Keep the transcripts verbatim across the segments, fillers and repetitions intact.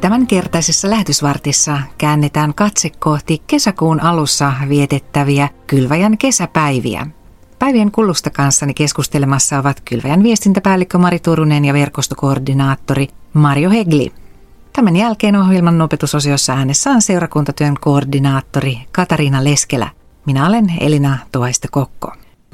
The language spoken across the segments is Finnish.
Tämänkertaisessa lähetysvartissa käännetään katse kohti kesäkuun alussa vietettäviä Kylväjän kesäpäiviä. Päivien kulusta kanssani keskustelemassa ovat Kylväjän viestintäpäällikkö Mari Turunen ja verkostokoordinaattori Marjo Hegli. Tämän jälkeen ohjelman opetusosiossa äänessä on seurakuntatyön koordinaattori Katariina Leskelä. Minä olen Elina Tuhaiste-Kokko.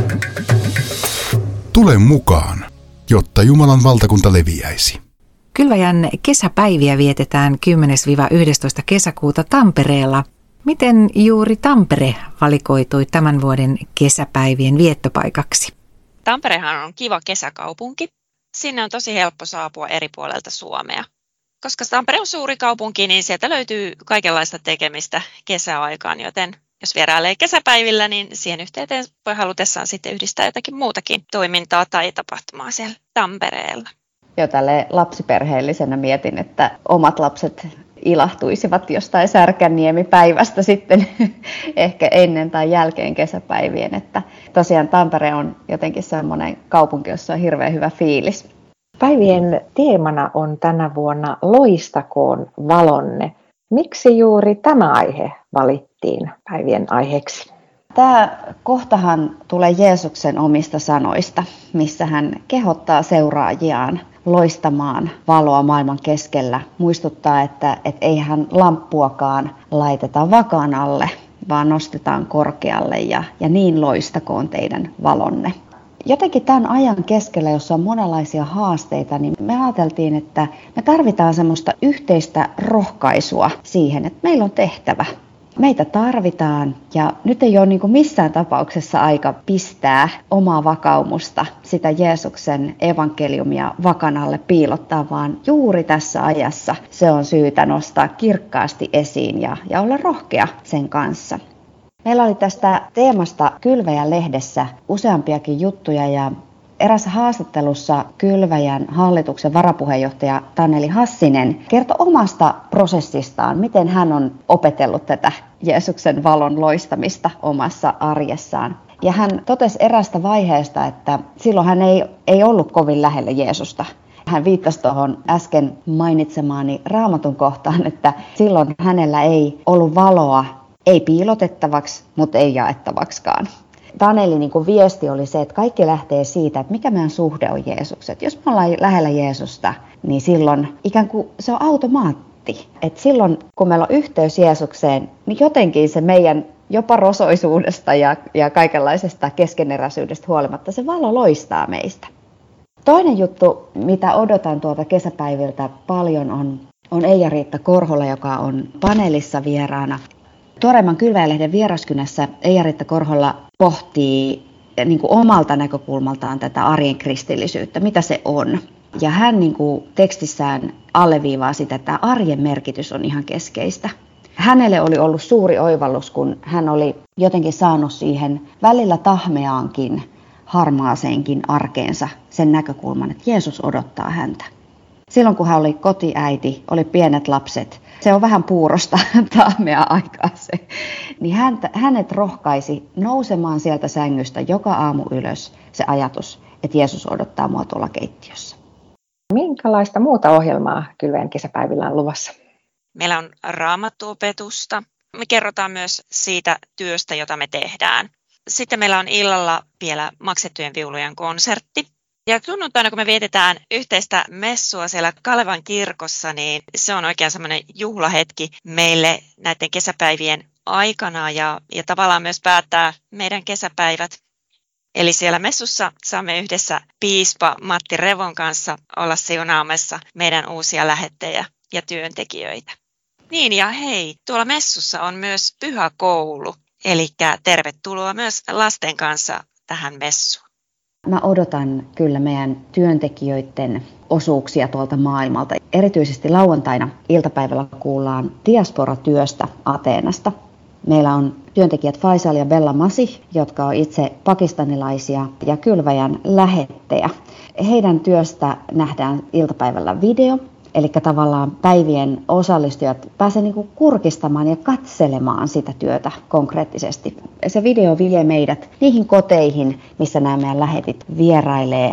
Tule mukaan, jotta Jumalan valtakunta leviäisi. Kylväjän kesäpäiviä vietetään kymmenes yhdestoista kesäkuuta Tampereella. Miten juuri Tampere valikoitui tämän vuoden kesäpäivien viettopaikaksi? Tamperehan on kiva kesäkaupunki. Sinne on tosi helppo saapua eri puolelta Suomea. Koska Tampere on suuri kaupunki, niin sieltä löytyy kaikenlaista tekemistä kesäaikaan, joten jos vierailee kesäpäivillä, niin siihen yhteyteen voi halutessaan sitten yhdistää jotakin muutakin toimintaa tai tapahtumaa siellä Tampereella. Jo tälle lapsiperheellisenä mietin, että omat lapset ilahtuisivat jostain Särkänniemi-päivästä sitten ehkä ennen tai jälkeen kesäpäivien. Että tosiaan Tampere on jotenkin semmoinen kaupunki, jossa on hirveän hyvä fiilis. Päivien teemana on tänä vuonna Loistakoon valonne. Miksi juuri tämä aihe valittiin päivien aiheeksi? Tämä kohtahan tulee Jeesuksen omista sanoista, missä hän kehottaa seuraajiaan loistamaan valoa maailman keskellä. Muistuttaa, että, että eihän lamppuakaan laiteta vakan alle, vaan nostetaan korkealle ja, ja niin loistakoon teidän valonne. Jotenkin tämän ajan keskellä, jossa on monenlaisia haasteita, niin me ajateltiin, että me tarvitaan semmoista yhteistä rohkaisua siihen, että meillä on tehtävä. Meitä tarvitaan ja nyt ei ole niin kuin missään tapauksessa aika pistää omaa vakaumusta, sitä Jeesuksen evankeliumia vakan alle piilottaa, vaan juuri tässä ajassa se on syytä nostaa kirkkaasti esiin ja, ja olla rohkea sen kanssa. Meillä oli tästä teemasta Kylväjän lehdessä useampiakin juttuja ja erässä haastattelussa Kylväjän hallituksen varapuheenjohtaja Taneli Hassinen kertoi omasta prosessistaan, miten hän on opetellut tätä Jeesuksen valon loistamista omassa arjessaan. Ja hän totesi erästä vaiheesta, että silloin hän ei, ei ollut kovin lähellä Jeesusta. Hän viittasi tuohon äsken mainitsemaani Raamatun kohtaan, että silloin hänellä ei ollut valoa, ei piilotettavaksi, mutta ei jaettavaksikaan. Tanelin niin kuin viesti oli se, että kaikki lähtee siitä, että mikä meidän suhde on Jeesukset. Jos me ollaan lähellä Jeesusta, niin silloin ikään kuin se on automaatti. Et silloin kun meillä on yhteys Jeesukseen, niin jotenkin se meidän jopa rosoisuudesta ja, ja kaikenlaisesta keskeneräisyydestä huolimatta se valo loistaa meistä. Toinen juttu, mitä odotan tuolta kesäpäiviltä paljon, on, on Eija-Riitta Korhola, joka on paneelissa vieraana. Tuoreimman Kylväjän-lehden vieraskynässä Eija-Riitta Korhola pohtii niin kuin omalta näkökulmaltaan tätä arjen kristillisyyttä, mitä se on. Ja hän niin kuin tekstissään alleviivaa sitä, että arjen merkitys on ihan keskeistä. Hänelle oli ollut suuri oivallus, kun hän oli jotenkin saanut siihen välillä tahmeaankin, harmaaseenkin arkeensa sen näkökulman, että Jeesus odottaa häntä. Silloin kun hän oli kotiäiti, oli pienet lapset, se on vähän puurosta tahmea aikaa se, niin häntä, hänet rohkaisi nousemaan sieltä sängystä joka aamu ylös se ajatus, että Jeesus odottaa mua tuolla keittiössä. Minkälaista muuta ohjelmaa Kylväjän kesäpäivillä on luvassa? Meillä on raamattuopetusta. Me kerrotaan myös siitä työstä, jota me tehdään. Sitten meillä on illalla vielä maksettujen viulujen konsertti. Ja sunnuntaina, kun me vietetään yhteistä messua siellä Kalevan kirkossa, niin se on oikein semmoinen juhlahetki meille näiden kesäpäivien aikana ja, ja tavallaan myös päättää meidän kesäpäivät. Eli siellä messussa saamme yhdessä piispa Matti Revon kanssa olla siunaamassa meidän uusia lähettejä ja työntekijöitä. Niin ja hei, tuolla messussa on myös pyhäkoulu, eli tervetuloa myös lasten kanssa tähän messuun. Mä odotan kyllä meidän työntekijöiden osuuksia tuolta maailmalta. Erityisesti lauantaina iltapäivällä kuullaan diasporatyöstä Ateenasta. Meillä on työntekijät Faisal ja Bella Masi, jotka on itse pakistanilaisia ja Kylväjän lähettejä. Heidän työstä nähdään iltapäivällä video. Eli tavallaan päivien osallistujat pääsevät niinku kurkistamaan ja katselemaan sitä työtä konkreettisesti. Se video vie meidät niihin koteihin, missä nämä meidän lähetit vierailee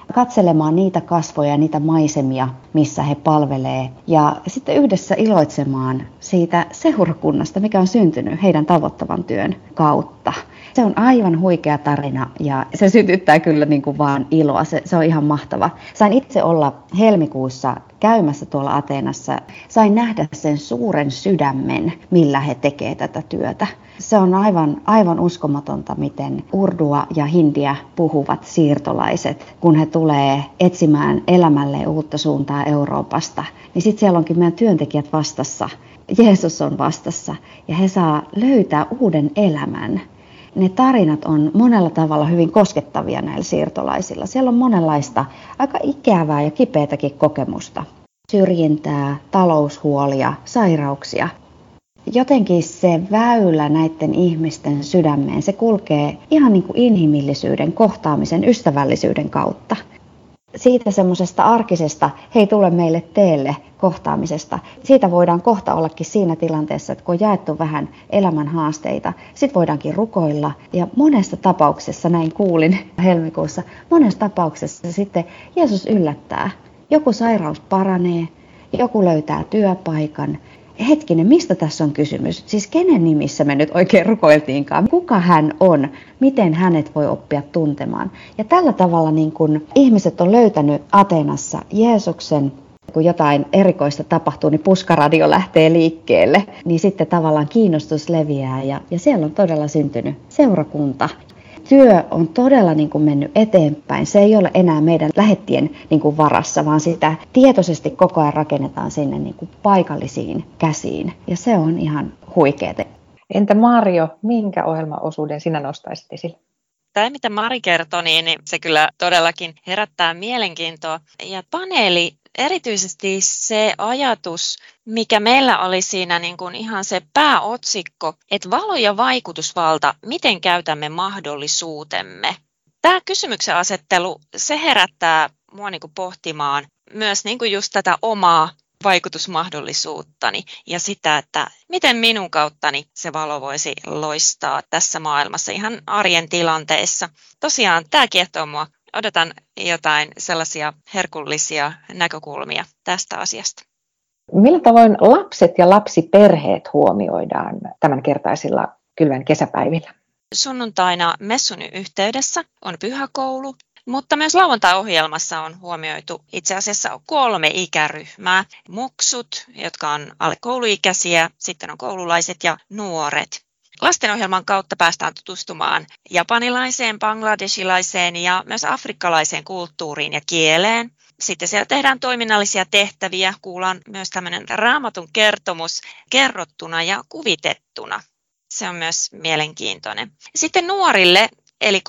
katselemaan niitä kasvoja ja niitä maisemia, missä he palvelee. Ja sitten yhdessä iloitsemaan siitä seurakunnasta, mikä on syntynyt heidän tavoittavan työn kautta. Se on aivan huikea tarina ja se sytyttää kyllä niin kuin vaan iloa. Se, se on ihan mahtava. Sain itse olla helmikuussa käymässä tuolla Ateenassa. Sain nähdä sen suuren sydämen, millä he tekevät tätä työtä. Se on aivan, aivan uskomatonta, miten urdua ja hindiä puhuvat siirtolaiset, kun he tulee etsimään elämälleen uutta suuntaa Euroopasta. Niin sitten siellä onkin meidän työntekijät vastassa. Jeesus on vastassa ja he saa löytää uuden elämän. Ne tarinat on monella tavalla hyvin koskettavia näillä siirtolaisilla. Siellä on monenlaista aika ikävää ja kipeätäkin kokemusta. Syrjintää, taloushuolia, sairauksia. Jotenkin se väylä näiden ihmisten sydämeen, se kulkee ihan niin kuin inhimillisyyden, kohtaamisen, ystävällisyyden kautta. Siitä semmoisesta arkisesta, hei tule meille teelle kohtaamisesta, siitä voidaan kohta ollakin siinä tilanteessa, että kun on jaettu vähän elämän haasteita, sit voidaankin rukoilla. Ja monessa tapauksessa, näin kuulin helmikuussa, monessa tapauksessa sitten Jeesus yllättää. Joku sairaus paranee, joku löytää työpaikan. Hetkinen, mistä tässä on kysymys? Siis kenen nimissä me nyt oikein rukoiltiinkaan? Kuka hän on? Miten hänet voi oppia tuntemaan? Ja tällä tavalla niin kun ihmiset on löytänyt Ateenassa Jeesuksen, kun jotain erikoista tapahtuu, niin puskaradio lähtee liikkeelle, niin sitten tavallaan kiinnostus leviää ja, ja siellä on todella syntynyt seurakunta. Työ on todella niin kuin mennyt eteenpäin. Se ei ole enää meidän lähettien niin kuin varassa, vaan sitä tietoisesti koko ajan rakennetaan sinne niin kuin paikallisiin käsiin. Ja se on ihan huikeaa. Entä Marjo, minkä ohjelmaosuuden sinä nostaisit esille? Tämä, mitä Mari kertoi, niin se kyllä todellakin herättää mielenkiintoa. Ja paneeli, erityisesti se ajatus, mikä meillä oli siinä niin kuin ihan se pääotsikko, että valo ja vaikutusvalta, miten käytämme mahdollisuutemme. Tämä kysymyksen asettelu, se herättää mua niin kuin pohtimaan myös niin kuin just tätä omaa vaikutusmahdollisuuttani ja sitä, että miten minun kauttani se valo voisi loistaa tässä maailmassa ihan arjen tilanteissa. Tosiaan tämä kiehtoo mua. Odotan jotain sellaisia herkullisia näkökulmia tästä asiasta. Millä tavoin lapset ja lapsiperheet huomioidaan tämänkertaisilla Kylvän kesäpäivillä? Sunnuntaina messun yhteydessä on pyhäkoulu, mutta myös lauantai-ohjelmassa on huomioitu itse asiassa kolme ikäryhmää. Muksut, jotka on alle kouluikäisiä, sitten on koululaiset ja nuoret. Lastenohjelman kautta päästään tutustumaan japanilaiseen, bangladeshilaiseen ja myös afrikkalaiseen kulttuuriin ja kieleen. Sitten siellä tehdään toiminnallisia tehtäviä, kuullaan myös tämmöinen Raamatun kertomus kerrottuna ja kuvitettuna. Se on myös mielenkiintoinen. Sitten nuorille, eli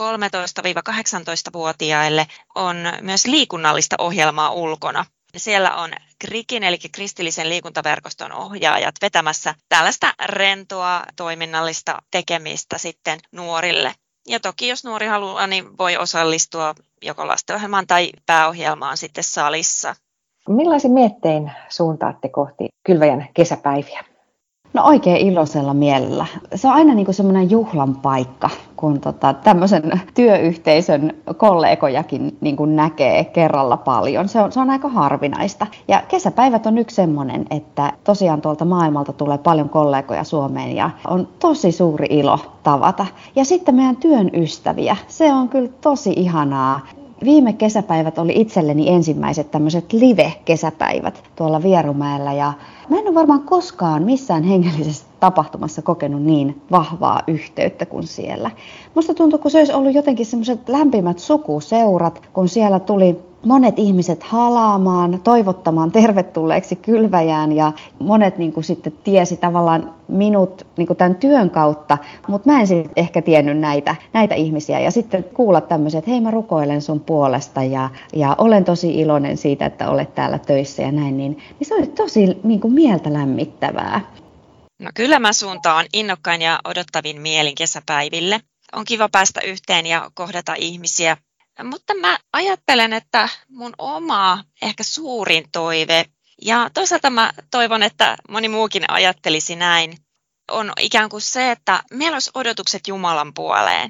kolmetoista–kahdeksantoista-vuotiaille, on myös liikunnallista ohjelmaa ulkona. Siellä on Krikin, eli kristillisen liikuntaverkoston ohjaajat vetämässä tällaista rentoa toiminnallista tekemistä sitten nuorille. Ja toki jos nuori haluaa, niin voi osallistua joko lastenohjelmaan tai pääohjelmaan sitten salissa. Millaisin miettein suuntaatte kohti Kylväjän kesäpäiviä? No oikein iloisella mielellä. Se on aina niin kuin semmoinen juhlan paikka, kun tota, tämmöisen työyhteisön kollegojakin niin kuin näkee kerralla paljon. Se on, se on aika harvinaista. Ja kesäpäivät on yksi semmoinen, että tosiaan tuolta maailmalta tulee paljon kollegoja Suomeen ja on tosi suuri ilo tavata. Ja sitten meidän työn ystäviä. Se on kyllä tosi ihanaa. Viime kesäpäivät oli itselleni ensimmäiset tämmöiset live-kesäpäivät tuolla Vierumäellä ja mä en ole varmaan koskaan missään hengellisessä tapahtumassa kokenut niin vahvaa yhteyttä kuin siellä. Musta tuntui, kun se olisi ollut jotenkin semmoiset lämpimät sukuseurat, kun siellä tuli monet ihmiset halaamaan, toivottamaan tervetulleeksi Kylväjään ja monet niin kuin sitten tiesi tavallaan minut niin kuin tämän työn kautta, mutta mä en sitten ehkä tiennyt näitä, näitä ihmisiä. Ja sitten kuulla tämmöiset, että hei mä rukoilen sun puolesta ja, ja olen tosi iloinen siitä, että olet täällä töissä ja näin, niin, niin se oli tosi niin kuin mieltä lämmittävää. No kyllä mä suuntaan innokkain ja odottavin mielin kesäpäiville. On kiva päästä yhteen ja kohdata ihmisiä. Mutta mä ajattelen, että mun oma ehkä suurin toive, ja toisaalta mä toivon, että moni muukin ajattelisi näin, on ikään kuin se, että meillä olisi odotukset Jumalan puoleen.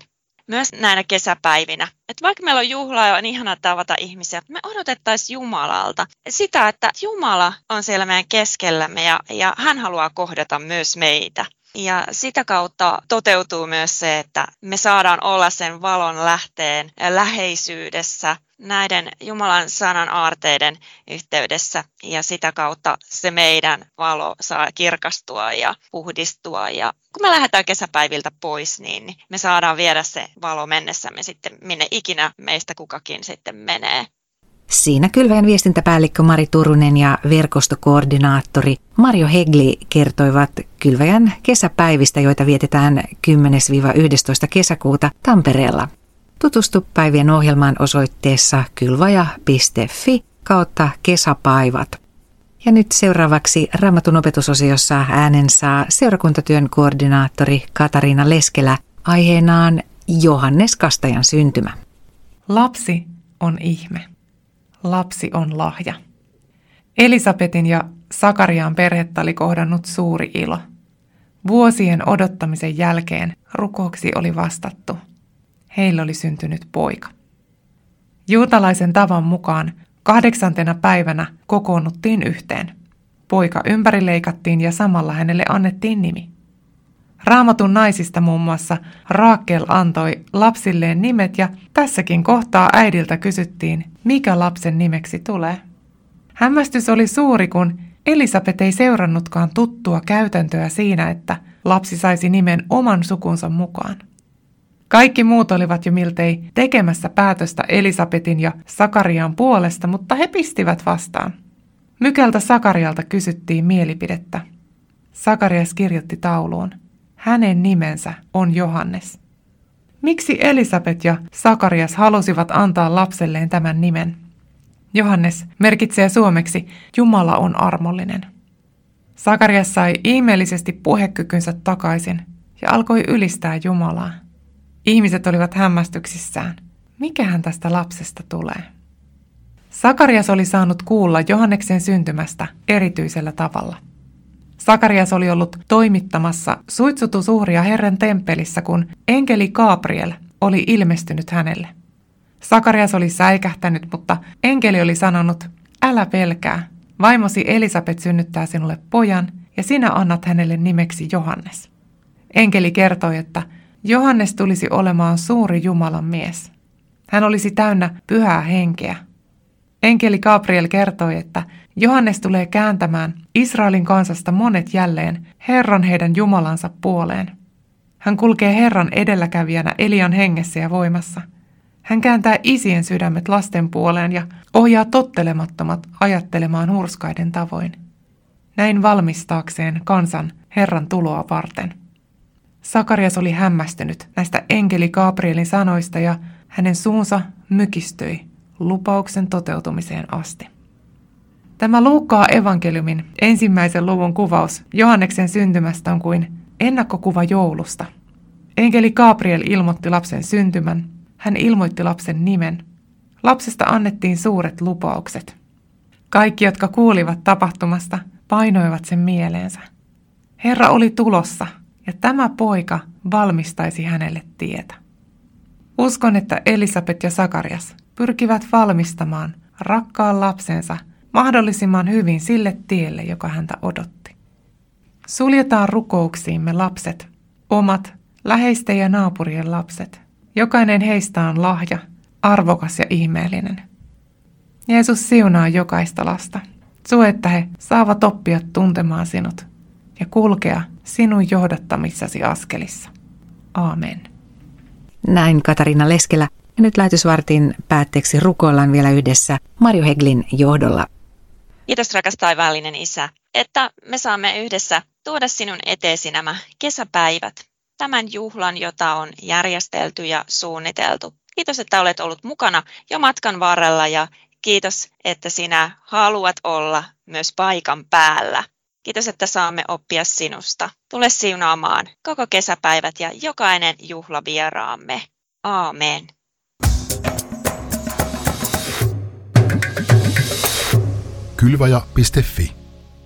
myös näinä kesäpäivinä. Että vaikka meillä on juhlaa ja on ihana tavata ihmisiä, me odotettaisiin Jumalalta sitä, että Jumala on siellä meidän keskellämme ja, ja hän haluaa kohdata myös meitä. Ja sitä kautta toteutuu myös se, että me saadaan olla sen valon lähteen läheisyydessä näiden Jumalan sanan aarteiden yhteydessä. Ja sitä kautta se meidän valo saa kirkastua ja puhdistua. Ja kun me lähdetään kesäpäiviltä pois, niin me saadaan viedä se valo mennessämme sitten minne ikinä meistä kukakin sitten menee. Siinä Kylväjän viestintäpäällikkö Mari Turunen ja verkostokoordinaattori Marjo Hegli kertoivat Kylväjän kesäpäivistä, joita vietetään kymmenes yhdestoista kesäkuuta Tampereella. Tutustu päivien ohjelmaan osoitteessa kylvaja piste fi kautta kesäpäivät. Ja nyt seuraavaksi Raamatun opetusosiossa äänen saa seurakuntatyön koordinaattori Katariina Leskelä aiheenaan Johannes Kastajan syntymä. Lapsi on ihme. Lapsi on lahja. Elisabetin ja Sakariaan perhettä oli kohdannut suuri ilo. Vuosien odottamisen jälkeen rukouksi oli vastattu. Heille oli syntynyt poika. Juutalaisen tavan mukaan kahdeksantena päivänä kokoonnuttiin yhteen. Poika ympärileikattiin ja samalla hänelle annettiin nimi. Raamatun naisista muun muassa Raakel antoi lapsilleen nimet ja tässäkin kohtaa äidiltä kysyttiin, mikä lapsen nimeksi tulee. Hämmästys oli suuri, kun Elisabet ei seurannutkaan tuttua käytäntöä siinä, että lapsi saisi nimen oman sukunsa mukaan. Kaikki muut olivat jo miltei tekemässä päätöstä Elisabetin ja Sakarian puolesta, mutta he pistivät vastaan. Mykältä Sakarialta kysyttiin mielipidettä. Sakarias kirjoitti tauluun. Hänen nimensä on Johannes. Miksi Elisabet ja Sakarias halusivat antaa lapselleen tämän nimen? Johannes merkitsee suomeksi Jumala on armollinen. Sakarias sai ihmeellisesti puhekykynsä takaisin ja alkoi ylistää Jumalaa. Ihmiset olivat hämmästyksissään. Mikähän tästä lapsesta tulee? Sakarias oli saanut kuulla Johanneksen syntymästä erityisellä tavalla. Sakarias oli ollut toimittamassa suitsutusuhria Herran temppelissä, kun enkeli Gabriel oli ilmestynyt hänelle. Sakarias oli säikähtänyt, mutta enkeli oli sanonut, älä pelkää, vaimosi Elisabet synnyttää sinulle pojan ja sinä annat hänelle nimeksi Johannes. Enkeli kertoi, että Johannes tulisi olemaan suuri Jumalan mies. Hän olisi täynnä pyhää henkeä. Enkeli Gabriel kertoi, että Johannes tulee kääntämään Israelin kansasta monet jälleen Herran heidän Jumalansa puoleen. Hän kulkee Herran edelläkävijänä Elian hengessä ja voimassa. Hän kääntää isien sydämet lasten puoleen ja ohjaa tottelemattomat ajattelemaan hurskaiden tavoin. Näin valmistaakseen kansan Herran tuloa varten. Sakarias oli hämmästynyt näistä enkeli Gabrielin sanoista ja hänen suunsa mykistyi lupauksen toteutumiseen asti. Tämä Luukkaan evankeliumin ensimmäisen luvun kuvaus Johanneksen syntymästä on kuin ennakkokuva joulusta. Enkeli Gabriel ilmoitti lapsen syntymän, hän ilmoitti lapsen nimen. Lapsesta annettiin suuret lupaukset. Kaikki, jotka kuulivat tapahtumasta, painoivat sen mieleensä. Herra oli tulossa ja tämä poika valmistaisi hänelle tietä. Uskon, että Elisabet ja Sakarias pyrkivät valmistamaan rakkaan lapsensa mahdollisimman hyvin sille tielle, joka häntä odotti. Suljetaan rukouksiimme lapset, omat, läheisten ja naapurien lapset. Jokainen heistä on lahja, arvokas ja ihmeellinen. Jeesus siunaa jokaista lasta. Sue, että he saavat oppia tuntemaan sinut ja kulkea sinun johdattamissasi askelissa. Aamen. Näin Katariina Leskelä. Ja nyt lähetysvartin päätteeksi rukoillaan vielä yhdessä Marjo Heglin johdolla. Kiitos rakas taivaallinen Isä, että me saamme yhdessä tuoda sinun eteesi nämä kesäpäivät, tämän juhlan, jota on järjestelty ja suunniteltu. Kiitos, että olet ollut mukana jo matkan varrella ja kiitos, että sinä haluat olla myös paikan päällä. Kiitos, että saamme oppia sinusta. Tule siunaamaan koko kesäpäivät ja jokainen juhlavieraamme. Aamen. kylvaja piste fi